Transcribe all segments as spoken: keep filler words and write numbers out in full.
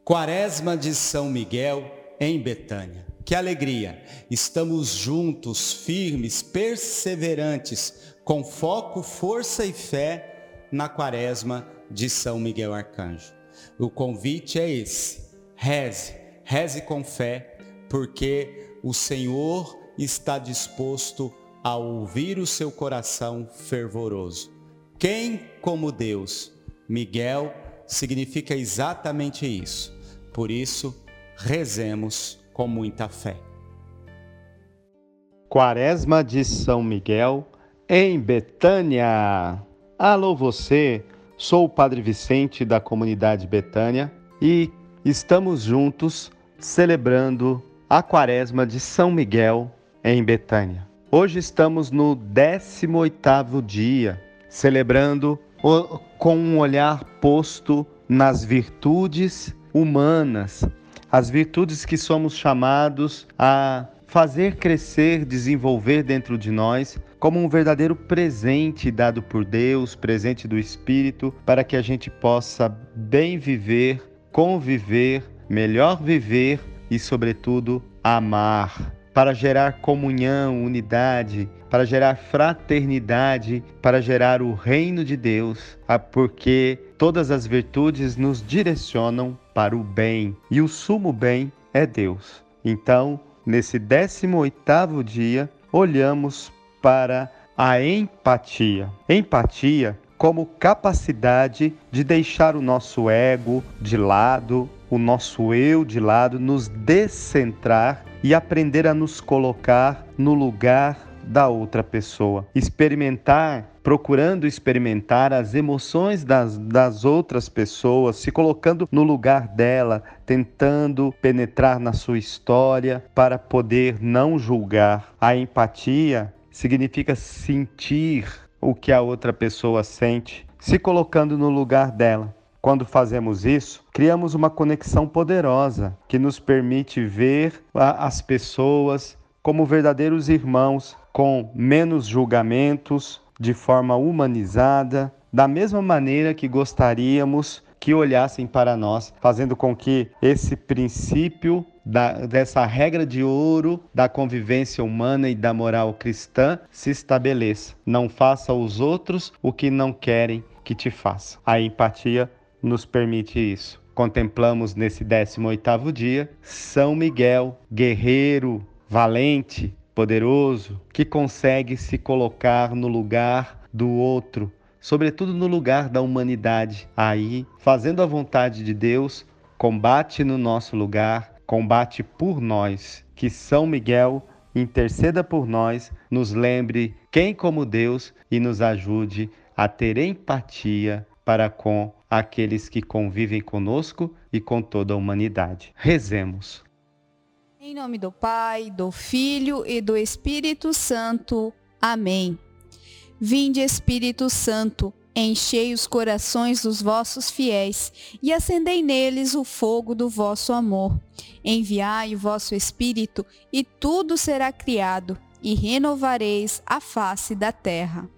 Quaresma de São Miguel em Betânia. Que alegria! Estamos juntos, firmes, perseverantes, com foco, força e fé na Quaresma de São Miguel Arcanjo. O convite é esse: reze, reze com fé, porque o Senhor está disposto a ouvir o seu coração fervoroso. Quem como Deus? Miguel significa exatamente isso. Por isso, rezemos com muita fé. Quaresma de São Miguel em Betânia. Alô você, sou o Padre Vicente da comunidade Betânia e estamos juntos celebrando a Quaresma de São Miguel em Betânia. Hoje estamos no décimo oitavo dia, celebrando o, com um olhar posto nas virtudes humanas, as virtudes que somos chamados a fazer crescer, desenvolver dentro de nós, como um verdadeiro presente dado por Deus, presente do Espírito, para que a gente possa bem viver, conviver, melhor viver e, sobretudo, amar, para gerar comunhão, unidade, para gerar fraternidade, para gerar o reino de Deus, porque todas as virtudes nos direcionam para o bem, e o sumo bem é Deus. Então, nesse décimo oitavo dia, olhamos para a empatia. Empatia como capacidade de deixar o nosso ego de lado, o nosso eu de lado, nos descentrar e aprender a nos colocar no lugar da outra pessoa. Experimentar, procurando experimentar as emoções das, das outras pessoas, se colocando no lugar dela, tentando penetrar na sua história para poder não julgar. A empatia significa sentir o que a outra pessoa sente, se colocando no lugar dela. Quando fazemos isso, criamos uma conexão poderosa que nos permite ver as pessoas como verdadeiros irmãos, com menos julgamentos, de forma humanizada, da mesma maneira que gostaríamos que olhassem para nós, fazendo com que esse princípio da, dessa regra de ouro da convivência humana e da moral cristã se estabeleça. Não faça aos outros o que não querem que te façam. A empatia nos permite isso. Contemplamos nesse décimo oitavo dia São Miguel, guerreiro, valente, poderoso, que consegue se colocar no lugar do outro, sobretudo no lugar da humanidade. Aí, fazendo a vontade de Deus, combate no nosso lugar, combate por nós. Que São Miguel interceda por nós, nos lembre quem como Deus e nos ajude a ter empatia para com aqueles que convivem conosco e com toda a humanidade. Rezemos. Em nome do Pai, do Filho e do Espírito Santo. Amém. Vinde, Espírito Santo, enchei os corações dos vossos fiéis e acendei neles o fogo do vosso amor. Enviai o vosso Espírito e tudo será criado e renovareis a face da terra.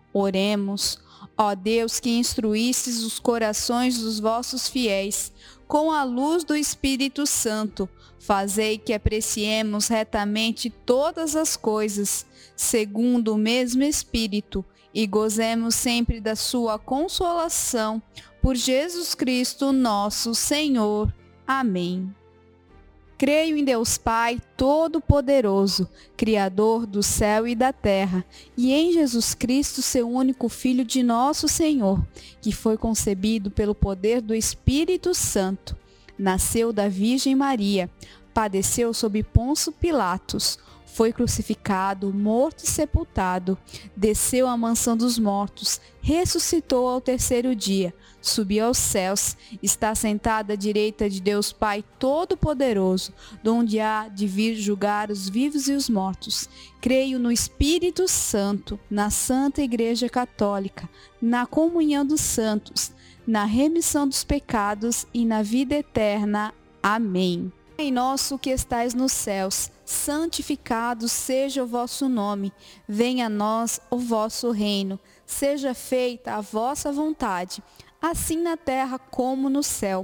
Oremos. Ó Deus, que instruístes os corações dos vossos fiéis com a luz do Espírito Santo, fazei que apreciemos retamente todas as coisas, segundo o mesmo Espírito, e gozemos sempre da sua consolação, por Jesus Cristo nosso Senhor. Amém. Creio em Deus Pai Todo-Poderoso, Criador do céu e da terra, e em Jesus Cristo, seu único Filho de nosso Senhor, que foi concebido pelo poder do Espírito Santo. Nasceu da Virgem Maria, padeceu sob Pôncio Pilatos, foi crucificado, morto e sepultado, desceu à mansão dos mortos, ressuscitou ao terceiro dia, subiu aos céus, está sentado à direita de Deus Pai Todo-Poderoso, donde há de vir julgar os vivos e os mortos. Creio no Espírito Santo, na Santa Igreja Católica, na comunhão dos santos, na remissão dos pecados e na vida eterna. Amém. Pai nosso que estais nos céus, santificado seja o vosso nome. Venha a nós o vosso reino. Seja feita a vossa vontade, assim na terra como no céu.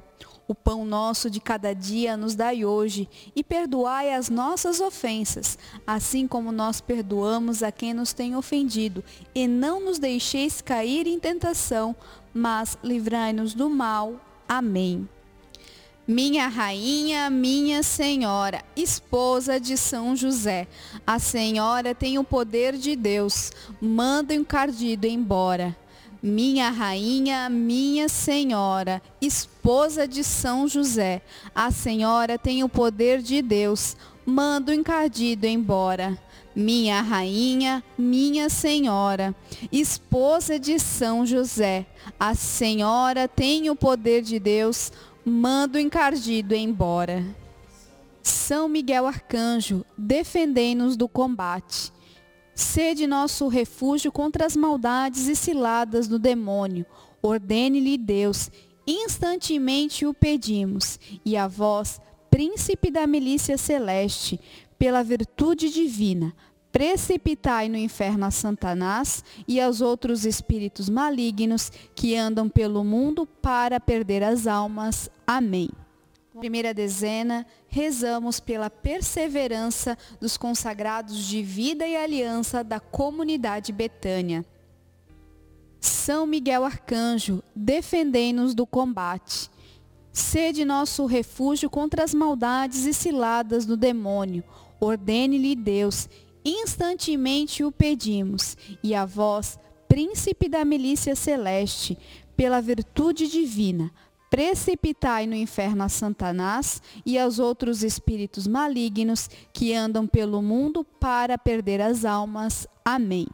O pão nosso de cada dia nos dai hoje, e perdoai as nossas ofensas, assim como nós perdoamos a quem nos tem ofendido, e não nos deixeis cair em tentação, mas livrai-nos do mal. Amém. Minha rainha, minha senhora, esposa de São José, a senhora tem o poder de Deus, manda o encardido embora. Minha rainha, minha senhora, esposa de São José, a senhora tem o poder de Deus, manda o encardido embora. Minha rainha, minha senhora, esposa de São José, a senhora tem o poder de Deus, manda o encardido embora. São Miguel Arcanjo, defendei-nos do combate. Sede nosso refúgio contra as maldades e ciladas do demônio. Ordene-lhe Deus, instantemente o pedimos. E a vós, príncipe da milícia celeste, pela virtude divina, precipitai no inferno a Satanás e aos outros espíritos malignos que andam pelo mundo para perder as almas. Amém. Primeira dezena, rezamos pela perseverança dos consagrados de vida e aliança da comunidade Betânia. São Miguel Arcanjo, defendei-nos do combate. Sede nosso refúgio contra as maldades e ciladas do demônio. Ordene-lhe Deus, instantemente o pedimos. E a vós, príncipe da milícia celeste, pela virtude divina, precipitai no inferno a Satanás e aos outros espíritos malignos que andam pelo mundo para perder as almas. Amém.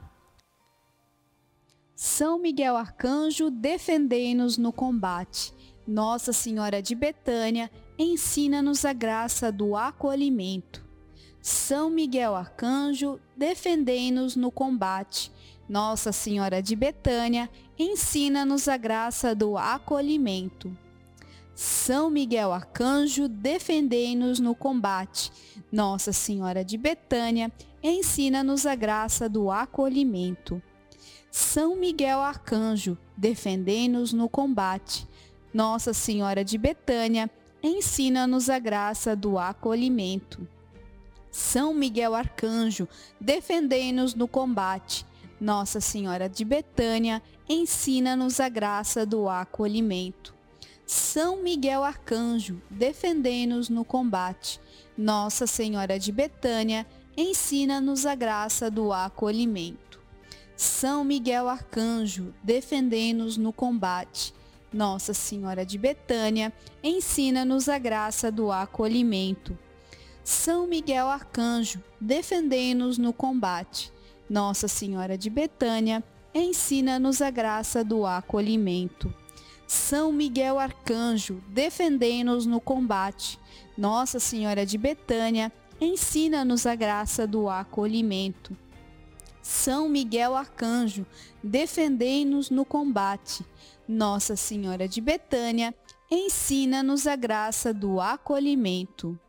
São Miguel Arcanjo, defendei-nos no combate. Nossa Senhora de Betânia, ensina-nos a graça do acolhimento. São Miguel Arcanjo, defendei-nos no combate. Nossa Senhora de Betânia, ensina-nos a graça do acolhimento. São Miguel Arcanjo, defendei-nos no combate. Nossa Senhora de Betânia, ensina-nos a graça do acolhimento. São Miguel Arcanjo, defendei-nos no combate. Nossa Senhora de Betânia, ensina-nos a graça do acolhimento. São Miguel Arcanjo, defendei-nos no combate. Nossa Senhora de Betânia, ensina-nos a graça do acolhimento. São Miguel Arcanjo, defendei-nos no combate. Nossa Senhora de Betânia, ensina-nos a graça do acolhimento. São Miguel Arcanjo, defendei-nos no combate. Nossa Senhora de Betânia, ensina-nos a graça do acolhimento. São Miguel Arcanjo, defendei-nos no combate. Nossa Senhora de Betânia, ensina-nos a graça do acolhimento. São Miguel Arcanjo, defendei-nos no combate. Nossa Senhora de Betânia, ensina-nos a graça do acolhimento. São Miguel Arcanjo, defendei-nos no combate. Nossa Senhora de Betânia, ensina-nos a graça do acolhimento.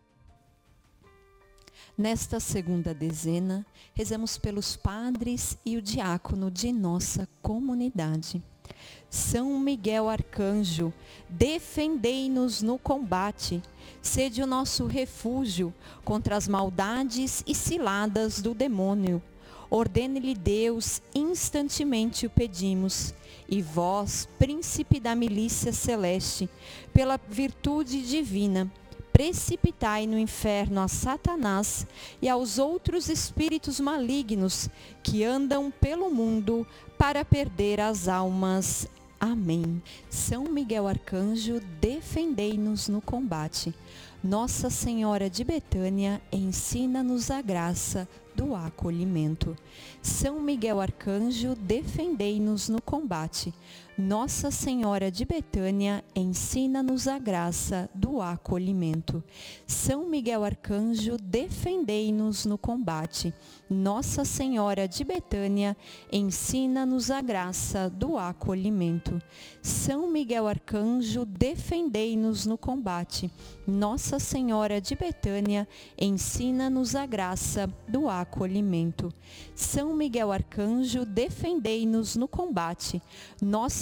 Nesta segunda dezena, rezamos pelos padres e o diácono de nossa comunidade. São Miguel Arcanjo, defendei-nos no combate. Sede o nosso refúgio contra as maldades e ciladas do demônio. Ordene-lhe Deus, instantemente o pedimos. E vós, príncipe da milícia celeste, pela virtude divina, precipitai no inferno a Satanás e aos outros espíritos malignos que andam pelo mundo para perder as almas. Amém. São Miguel Arcanjo, defendei-nos no combate. Nossa Senhora de Betânia, ensina-nos a graça do acolhimento. São Miguel Arcanjo, defendei-nos no combate. Nossa Senhora de Betânia, ensina-nos a graça do acolhimento. São Miguel Arcanjo, defendei-nos no combate. Nossa Senhora de Betânia, ensina-nos a graça do acolhimento. São Miguel Arcanjo, defendei-nos no combate. Nossa Senhora de Betânia, ensina-nos a graça do acolhimento. São Miguel Arcanjo, defendei-nos no combate. Nossa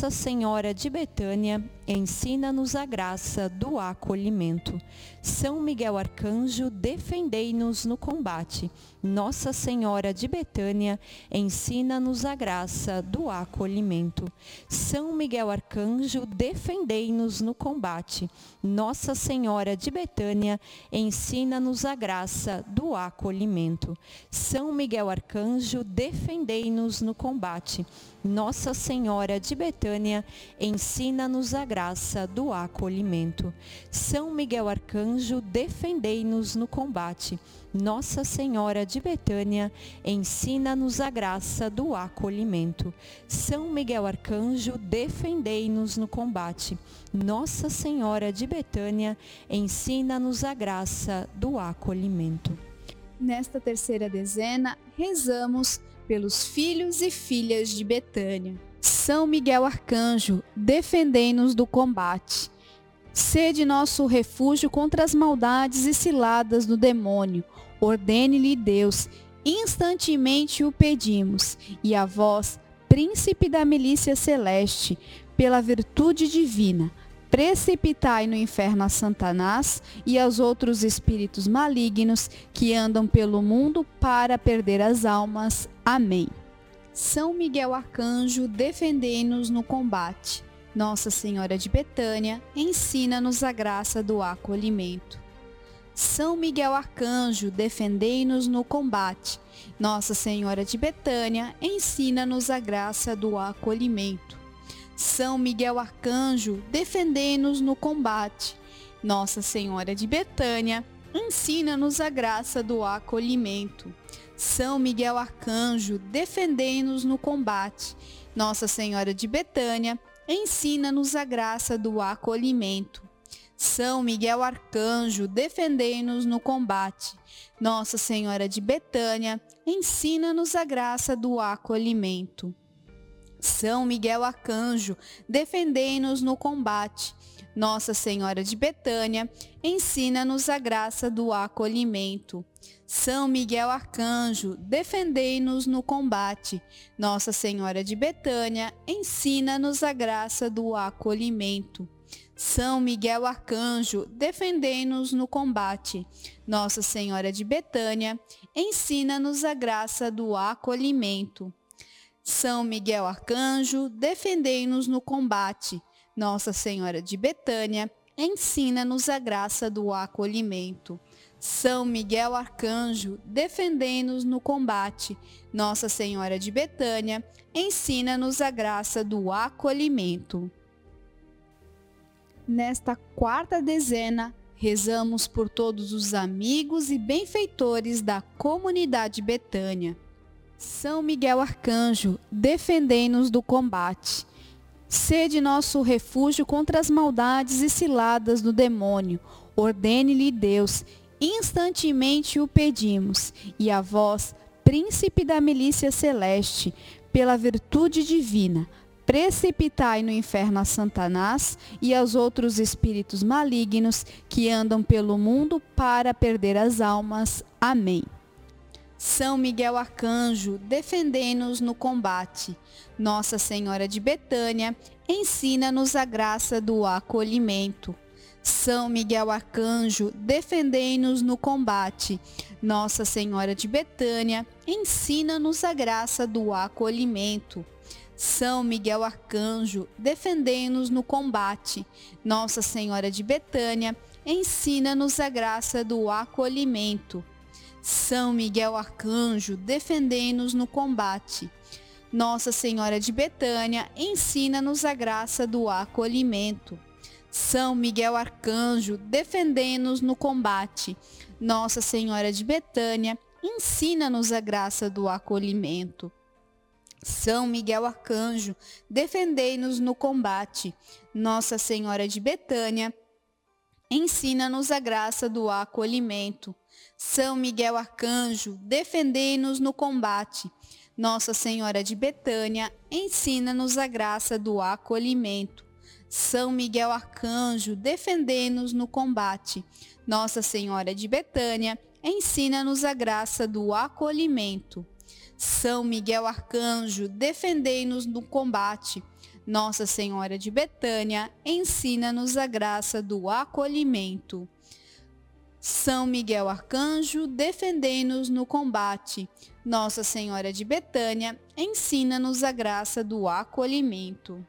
Nossa Senhora de Betânia, ensina-nos a graça do acolhimento. São Miguel Arcanjo, defendei-nos no combate. Nossa Senhora de Betânia, ensina-nos a graça do acolhimento. São Miguel Arcanjo, defendei-nos no combate. Nossa Senhora de Betânia, ensina-nos a graça do acolhimento. São Miguel Arcanjo, defendei-nos no combate. Nossa Senhora de Betânia, ensina-nos a graça do acolhimento. São Miguel Arcanjo, defendei-nos no combate. Nossa Senhora de Betânia, ensina-nos a graça do acolhimento. São Miguel Arcanjo, defendei-nos no combate. Nossa Senhora de Betânia, ensina-nos a graça do acolhimento. Nesta terceira dezena, rezamos pelos filhos e filhas de Betânia. São Miguel Arcanjo, defendei-nos do combate. Sede nosso refúgio contra as maldades e ciladas do demônio. Ordene-lhe Deus, instantemente o pedimos. E a vós, príncipe da milícia celeste, pela virtude divina, precipitai no inferno a Satanás e aos outros espíritos malignos que andam pelo mundo para perder as almas. Amém. São Miguel Arcanjo, defendei-nos no combate. Nossa Senhora de Betânia, ensina-nos a graça do acolhimento. São Miguel Arcanjo, defendei-nos no combate. Nossa Senhora de Betânia, ensina-nos a graça do acolhimento. São Miguel Arcanjo, defendei-nos no combate. Nossa Senhora de Betânia, ensina-nos a graça do acolhimento. São Miguel Arcanjo, defendei-nos no combate. Nossa Senhora de Betânia, ensina-nos a graça do acolhimento. São Miguel Arcanjo, defendei-nos no combate. Nossa Senhora de Betânia, ensina-nos a graça do acolhimento. São Miguel Arcanjo, defendei-nos no combate. Nossa Senhora de Betânia, ensina-nos a graça do acolhimento. São Miguel Arcanjo, defendei-nos no combate. Nossa Senhora de Betânia, ensina-nos a graça do acolhimento. São Miguel Arcanjo, defendei-nos no combate. Nossa Senhora de Betânia, ensina-nos a graça do acolhimento. São Miguel Arcanjo, defendei-nos no combate. Nossa Senhora de Betânia, ensina-nos a graça do acolhimento. São Miguel Arcanjo, defendei-nos no combate. Nossa Senhora de Betânia, ensina-nos a graça do acolhimento. Nesta quarta dezena, rezamos por todos os amigos e benfeitores da comunidade Betânia. São Miguel Arcanjo, defendei-nos do combate. Sede nosso refúgio contra as maldades e ciladas do demônio. Ordene-lhe Deus, instantemente o pedimos. E a vós, príncipe da milícia celeste, pela virtude divina, precipitai no inferno a Satanás e aos outros espíritos malignos que andam pelo mundo para perder as almas. Amém. São Miguel Arcanjo, defendei-nos no combate. Nossa Senhora de Betânia, ensina-nos a graça do acolhimento. São Miguel Arcanjo, defendei-nos no combate. Nossa Senhora de Betânia, ensina-nos a graça do acolhimento. São Miguel Arcanjo, defendei-nos no combate. Nossa Senhora de Betânia, ensina-nos a graça do acolhimento. São Miguel Arcanjo, defendei-nos no combate. Nossa Senhora de Betânia, ensina-nos a graça do acolhimento. São Miguel Arcanjo, defendei-nos no combate. Nossa Senhora de Betânia, ensina-nos a graça do acolhimento. São Miguel Arcanjo, defendei-nos no combate. Nossa Senhora de Betânia, ensina-nos a graça do acolhimento. São Miguel Arcanjo, defendei-nos no combate. Nossa Senhora de Betânia, ensina-nos a graça do acolhimento. São Miguel Arcanjo, defendei-nos no combate. Nossa Senhora de Betânia, ensina-nos a graça do acolhimento. São Miguel Arcanjo, defendei-nos no combate. Nossa Senhora de Betânia, ensina-nos a graça do acolhimento. São Miguel Arcanjo, defendei-nos no combate. Nossa Senhora de Betânia, ensina-nos a graça do acolhimento.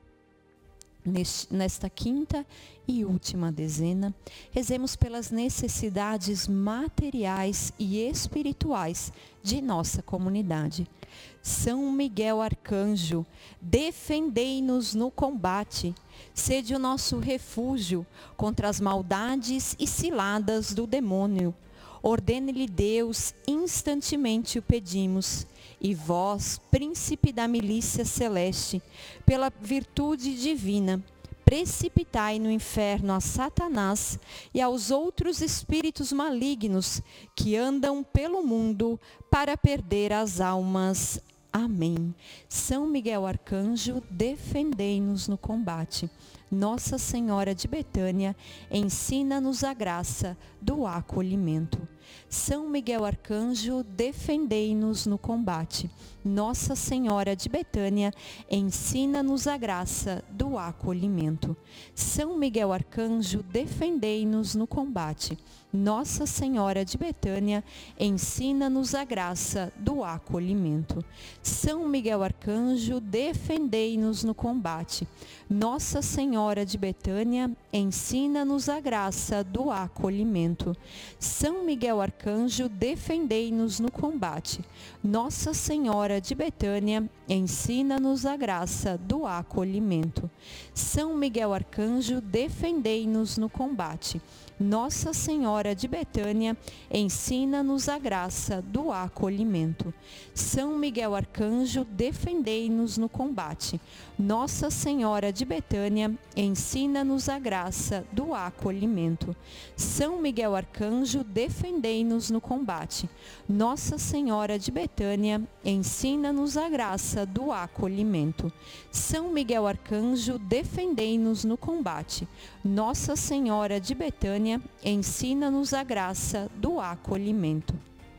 Nesta quinta e última dezena, rezemos pelas necessidades materiais e espirituais de nossa comunidade. São Miguel Arcanjo, defendei-nos no combate. Sede o nosso refúgio contra as maldades e ciladas do demônio. Ordene-lhe Deus, instantemente o pedimos. E vós, príncipe da milícia celeste, pela virtude divina, precipitai no inferno a Satanás e aos outros espíritos malignos que andam pelo mundo para perder as almas. Amém. São Miguel Arcanjo, defendei-nos no combate. Nossa Senhora de Betânia, ensina-nos a graça do acolhimento. São Miguel Arcanjo, defendei-nos no combate. Nossa Senhora de Betânia, ensina-nos a graça do acolhimento. São Miguel Arcanjo, defendei-nos no combate. Nossa Senhora de Betânia, ensina-nos a graça do acolhimento. São Miguel Arcanjo, defendei-nos no combate. Nossa Senhora de Betânia, ensina-nos a graça do acolhimento. São Miguel Arcanjo, defendei-nos no combate. Nossa Senhora de Betânia, ensina-nos a graça do acolhimento. São Miguel Arcanjo, defendei-nos no combate. Nossa Senhora de Betânia, ensina-nos a graça do acolhimento. São Miguel Arcanjo, defendei-nos no combate. Nossa Senhora de Betânia, ensina-nos a graça do acolhimento. São Miguel Arcanjo, defendei-nos no combate. Nossa Senhora de Betânia, ensina-nos a graça do acolhimento. São Miguel Arcanjo, defendei-nos no combate. Nossa Senhora de Betânia, ensina-nos a graça do acolhimento.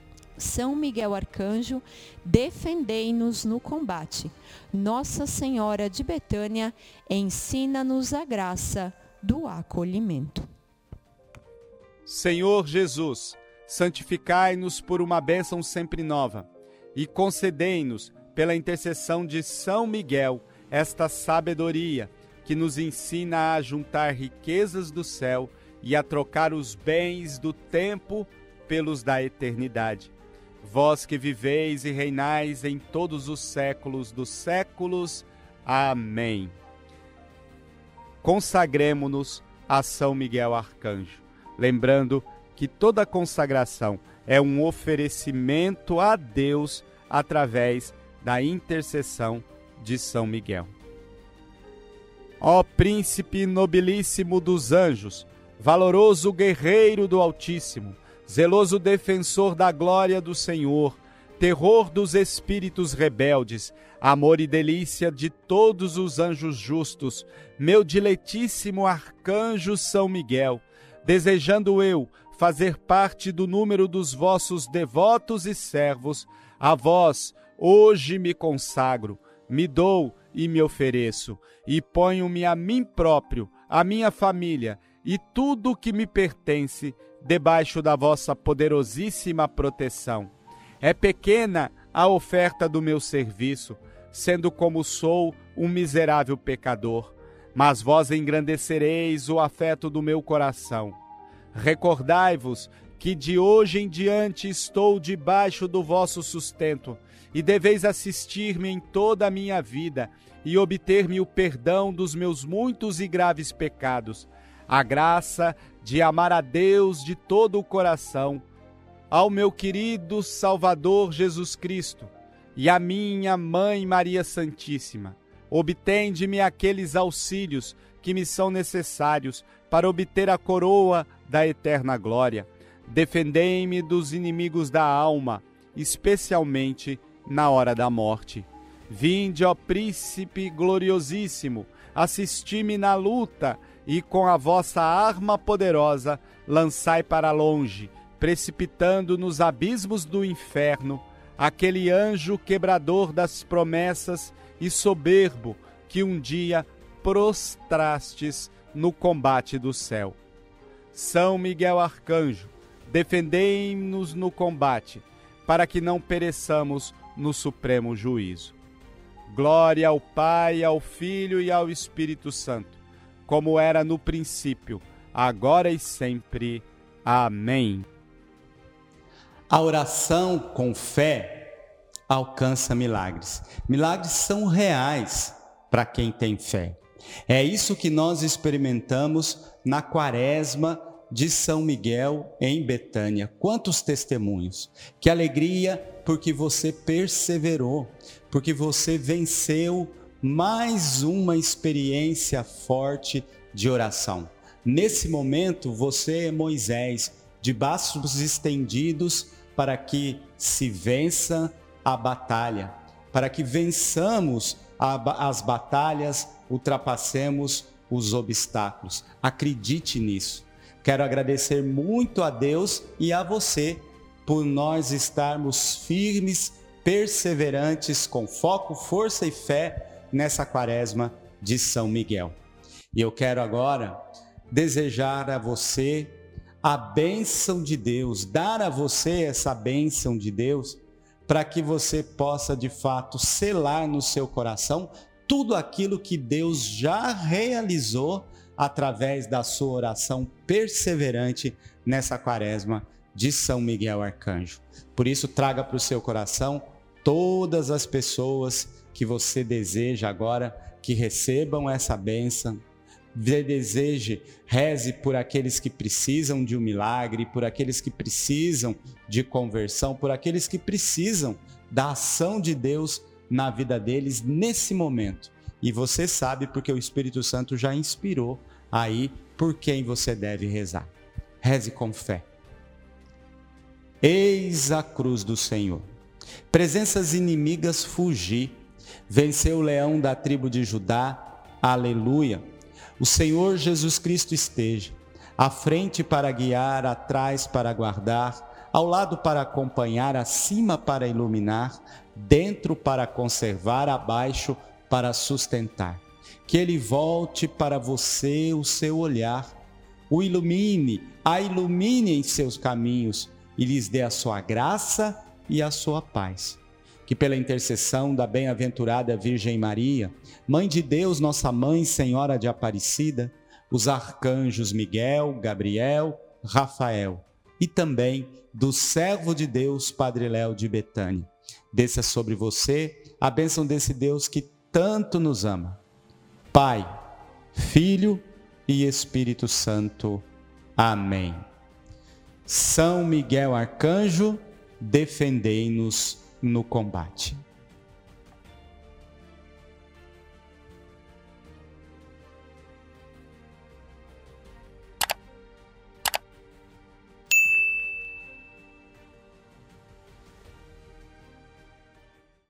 São Miguel Arcanjo, defendei-nos no combate. Nossa Senhora de Betânia, ensina-nos a graça do acolhimento. Senhor Jesus, santificai-nos por uma bênção sempre nova e concedei-nos, pela intercessão de São Miguel, esta sabedoria que nos ensina a juntar riquezas do céu e a trocar os bens do tempo pelos da eternidade. Vós que viveis e reinais em todos os séculos dos séculos. Amém. Consagremo-nos a São Miguel Arcanjo, lembrando que toda consagração é um oferecimento a Deus através da intercessão de São Miguel. Ó príncipe nobilíssimo dos anjos, valoroso guerreiro do Altíssimo, zeloso defensor da glória do Senhor, terror dos espíritos rebeldes, amor e delícia de todos os anjos justos, meu diletíssimo arcanjo São Miguel, desejando eu fazer parte do número dos vossos devotos e servos, a vós hoje me consagro, me dou e me ofereço, e ponho-me a mim próprio, a minha família e tudo o que me pertence debaixo da vossa poderosíssima proteção. É pequena a oferta do meu serviço, sendo como sou um miserável pecador, mas vós engrandecereis o afeto do meu coração. Recordai-vos que de hoje em diante estou debaixo do vosso sustento, e deveis assistir-me em toda a minha vida e obter-me o perdão dos meus muitos e graves pecados, a graça de amar a Deus de todo o coração, ao meu querido Salvador Jesus Cristo e à minha Mãe Maria Santíssima. Obtende-me aqueles auxílios que me são necessários para obter a coroa da eterna glória. Defendei-me dos inimigos da alma, especialmente na hora da morte. Vinde, ó Príncipe gloriosíssimo, assisti-me na luta e com a vossa arma poderosa lançai para longe, precipitando nos abismos do inferno, aquele anjo quebrador das promessas e soberbo que um dia prostrastes no combate do céu. São Miguel Arcanjo, defendei-nos no combate, para que não pereçamos no supremo juízo. Glória ao Pai, ao Filho e ao Espírito Santo, como era no princípio, agora e sempre. Amém. A oração com fé alcança milagres. Milagres são reais para quem tem fé. É isso que nós experimentamos na Quaresma de São Miguel em Betânia. Quantos testemunhos! Que alegria, porque você perseverou, porque você venceu mais uma experiência forte de oração. Nesse momento, você é Moisés, de braços estendidos, para que se vença a batalha, para que vençamos a, as batalhas, ultrapassemos os obstáculos. Acredite nisso. Quero agradecer muito a Deus e a você por nós estarmos firmes, perseverantes, com foco, força e fé nessa Quaresma de São Miguel. E eu quero agora desejar a você a bênção de Deus, dar a você essa bênção de Deus, para que você possa de fato selar no seu coração tudo aquilo que Deus já realizou através da sua oração perseverante nessa Quaresma de São Miguel Arcanjo. Por isso, traga para o seu coração todas as pessoas que você deseja agora que recebam essa bênção. Deseje, reze por aqueles que precisam de um milagre, por aqueles que precisam de conversão, por aqueles que precisam da ação de Deus na vida deles nesse momento. E você sabe, porque o Espírito Santo já inspirou aí por quem você deve rezar. Reze com fé. Eis a cruz do Senhor. Presenças inimigas fugi. Venceu o leão da tribo de Judá. Aleluia. O Senhor Jesus Cristo esteja à frente para guiar, atrás para guardar, ao lado para acompanhar, acima para iluminar, dentro para conservar, abaixo para sustentar. Que Ele volte para você o seu olhar, o ilumine, a ilumine em seus caminhos e lhes dê a sua graça e a sua paz. Que pela intercessão da bem-aventurada Virgem Maria, Mãe de Deus, nossa Mãe, Senhora de Aparecida, os arcanjos Miguel, Gabriel, Rafael e também do servo de Deus, Padre Léo de Betânia, desça sobre você a bênção desse Deus que tanto nos ama. Pai, Filho e Espírito Santo. Amém. São Miguel Arcanjo, defendei-nos no combate.